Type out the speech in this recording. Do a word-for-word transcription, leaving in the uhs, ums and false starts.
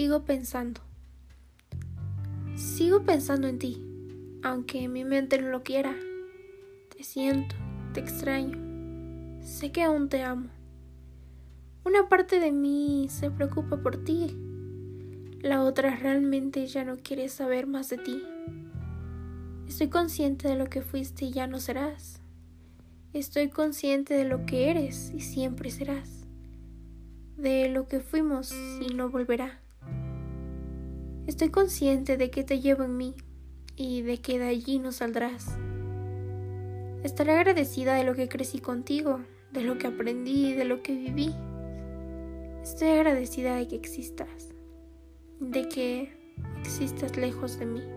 Sigo pensando. Sigo pensando en ti, aunque mi mente no lo quiera. Te siento, te extraño. Sé que aún te amo. Una parte de mí se preocupa por ti. La otra realmente ya no quiere saber más de ti. Estoy consciente de lo que fuiste y ya no serás. Estoy consciente de lo que eres y siempre serás. De lo que fuimos y no volverá. Estoy consciente de que te llevo en mí y de que de allí no saldrás. Estaré agradecida de lo que crecí contigo, de lo que aprendí y de lo que viví. Estoy agradecida de que existas, de que existas lejos de mí.